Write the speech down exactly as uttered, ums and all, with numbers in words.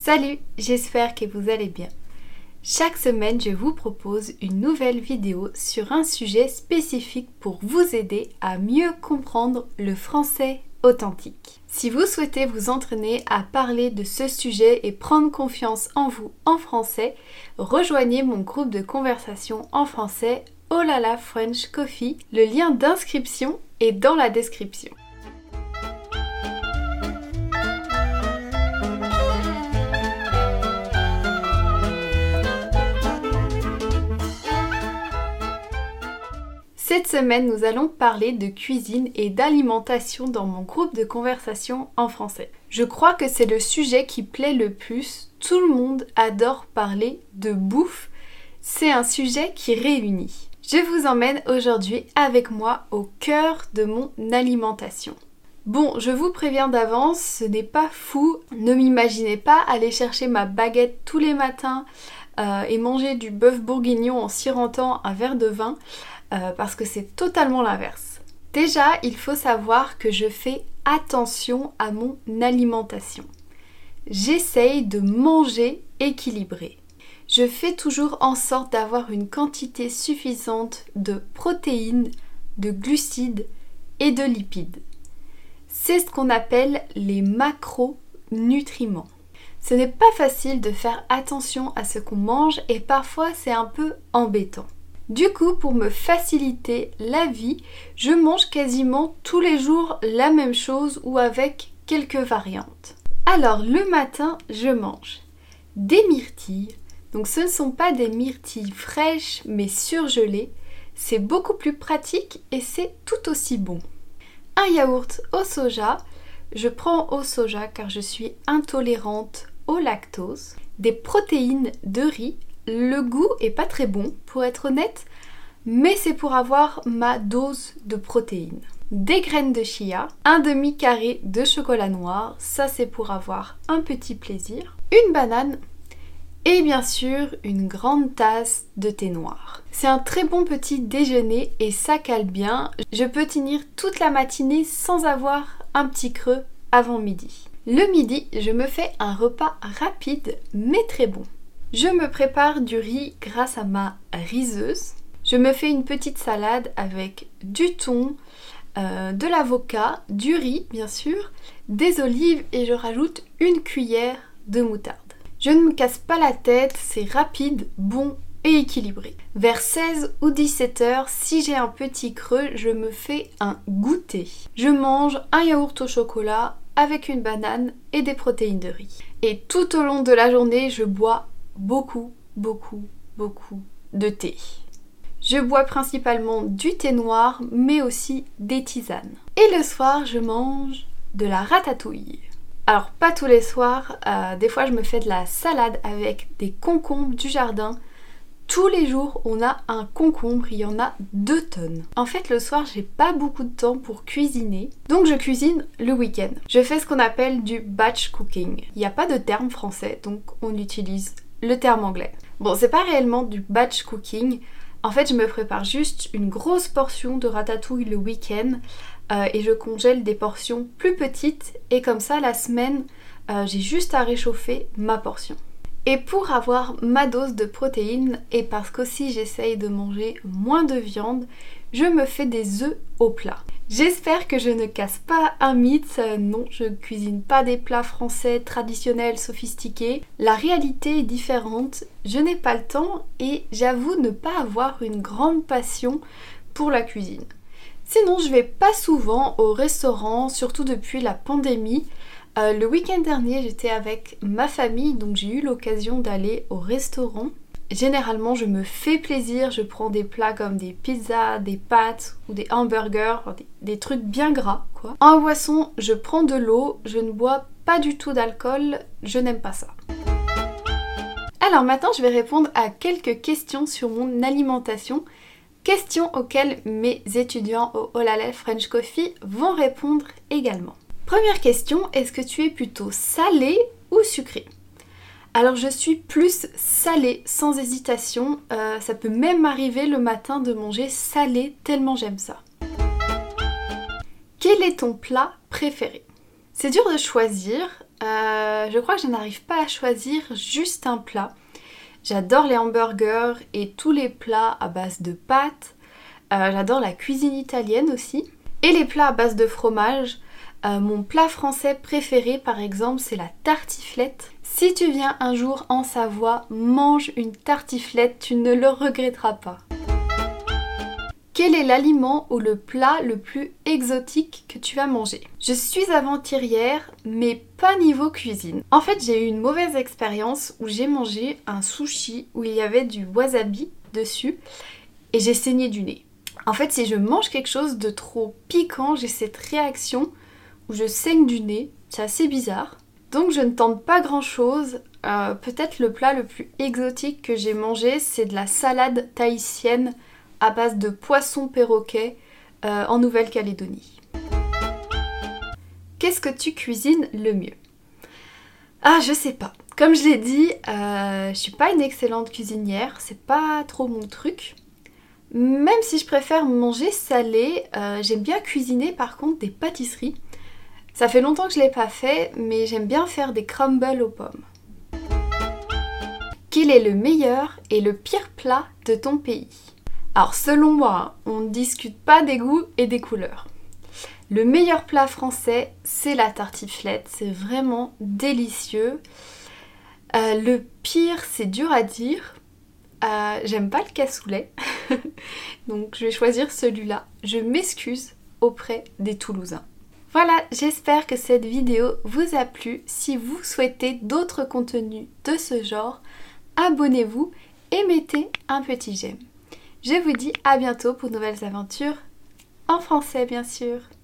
Salut, j'espère que vous allez bien. Chaque semaine, je vous propose une nouvelle vidéo sur un sujet spécifique pour vous aider à mieux comprendre le français authentique. Si vous souhaitez vous entraîner à parler de ce sujet et prendre confiance en vous en français, rejoignez mon groupe de conversation en français Oh là là French Coffee. Le lien d'inscription est dans la description. Cette semaine, nous allons parler de cuisine et d'alimentation dans mon groupe de conversation en français. Je crois que c'est le sujet qui plaît le plus. Tout le monde adore parler de bouffe. C'est un sujet qui réunit. Je vous emmène aujourd'hui avec moi au cœur de mon alimentation. Bon, je vous préviens d'avance, ce n'est pas fou. Ne m'imaginez pas aller chercher ma baguette tous les matins euh, et manger du bœuf bourguignon en sirotant un verre de vin. Euh, parce que c'est totalement l'inverse. Déjà, il faut savoir que je fais attention à mon alimentation. J'essaye de manger équilibré. Je fais toujours en sorte d'avoir une quantité suffisante de protéines, de glucides et de lipides. C'est ce qu'on appelle les macronutriments. Ce n'est pas facile de faire attention à ce qu'on mange et parfois c'est un peu embêtant. Du coup, pour me faciliter la vie, je mange quasiment tous les jours la même chose ou avec quelques variantes. Alors, le matin, je mange des myrtilles. Donc, ce ne sont pas des myrtilles fraîches, mais surgelées. C'est beaucoup plus pratique et c'est tout aussi bon. Un yaourt au soja. Je prends au soja car je suis intolérante au lactose. Des protéines de riz. Le goût est pas très bon, pour être honnête, mais c'est pour avoir ma dose de protéines. Des graines de chia, un demi-carré de chocolat noir, ça c'est pour avoir un petit plaisir, une banane et bien sûr une grande tasse de thé noir. C'est un très bon petit déjeuner et ça cale bien. Je peux tenir toute la matinée sans avoir un petit creux avant midi. Le midi, je me fais un repas rapide mais très bon. Je me prépare du riz grâce à ma riseuse. Je me fais une petite salade avec du thon, euh, de l'avocat, du riz bien sûr, des olives et je rajoute une cuillère de moutarde. Je ne me casse pas la tête, c'est rapide, bon et équilibré. Vers seize ou dix-sept heures, si j'ai un petit creux, je me fais un goûter. Je mange un yaourt au chocolat avec une banane et des protéines de riz. Et tout au long de la journée, je bois beaucoup, beaucoup, beaucoup de thé. Je bois principalement du thé noir, mais aussi des tisanes. Et le soir, je mange de la ratatouille. Alors, pas tous les soirs, euh, des fois je me fais de la salade avec des concombres du jardin. Tous les jours, on a un concombre, il y en a deux tonnes. En fait, le soir, j'ai pas beaucoup de temps pour cuisiner, donc je cuisine le week-end. Je fais ce qu'on appelle du batch cooking. Il n'y a pas de terme français, donc on utilise le terme anglais. Bon, c'est pas réellement du batch cooking. En fait, je me prépare juste une grosse portion de ratatouille le week-end euh, et je congèle des portions plus petites et comme ça, la semaine, euh, j'ai juste à réchauffer ma portion. Et pour avoir ma dose de protéines et parce qu'aussi j'essaye de manger moins de viande, je me fais des œufs au plat. J'espère que je ne casse pas un mythe, euh, non, je ne cuisine pas des plats français traditionnels sophistiqués. La réalité est différente, je n'ai pas le temps et j'avoue ne pas avoir une grande passion pour la cuisine. Sinon, je vais pas souvent au restaurant, surtout depuis la pandémie. Euh, le week-end dernier, j'étais avec ma famille, donc j'ai eu l'occasion d'aller au restaurant. Généralement, je me fais plaisir, je prends des plats comme des pizzas, des pâtes ou des hamburgers, enfin des, des trucs bien gras, quoi. En boisson, je prends de l'eau, je ne bois pas du tout d'alcool, je n'aime pas ça. Alors maintenant, je vais répondre à quelques questions sur mon alimentation, questions auxquelles mes étudiants au Oh là là French Coffee vont répondre également. Première question, est-ce que tu es plutôt salé ou sucré ? Alors je suis plus salée sans hésitation, euh, ça peut même m'arriver le matin de manger salé tellement j'aime ça. Quel est ton plat préféré ? C'est dur de choisir, euh, je crois que je n'arrive pas à choisir juste un plat. J'adore les hamburgers et tous les plats à base de pâtes. Euh, j'adore la cuisine italienne aussi. Et les plats à base de fromage. Euh, mon plat français préféré par exemple c'est la tartiflette. Si tu viens un jour en Savoie, mange une tartiflette, tu ne le regretteras pas. Quel est l'aliment ou le plat le plus exotique que tu as mangé? Je suis aventurière, mais pas niveau cuisine. En fait, j'ai eu une mauvaise expérience où j'ai mangé un sushi où il y avait du wasabi dessus et j'ai saigné du nez. En fait, si je mange quelque chose de trop piquant, j'ai cette réaction où je saigne du nez. C'est assez bizarre. Donc je ne tente pas grand chose. Euh, peut-être le plat le plus exotique que j'ai mangé, c'est de la salade tahitienne à base de poisson perroquet euh, en Nouvelle-Calédonie. Qu'est-ce que tu cuisines le mieux? Ah, je sais pas. Comme je l'ai dit, euh, je suis pas une excellente cuisinière, c'est pas trop mon truc. Même si je préfère manger salé, euh, j'aime bien cuisiner par contre des pâtisseries. Ça fait longtemps que je l'ai pas fait, mais j'aime bien faire des crumbles aux pommes. Quel est le meilleur et le pire plat de ton pays? Alors selon moi, on ne discute pas des goûts et des couleurs. Le meilleur plat français, c'est la tartiflette, c'est vraiment délicieux. Euh, le pire, c'est dur à dire. Euh, j'aime pas le cassoulet, donc je vais choisir celui-là. Je m'excuse auprès des Toulousains. Voilà, j'espère que cette vidéo vous a plu. Si vous souhaitez d'autres contenus de ce genre, abonnez-vous et mettez un petit j'aime. Je vous dis à bientôt pour de nouvelles aventures, en français bien sûr.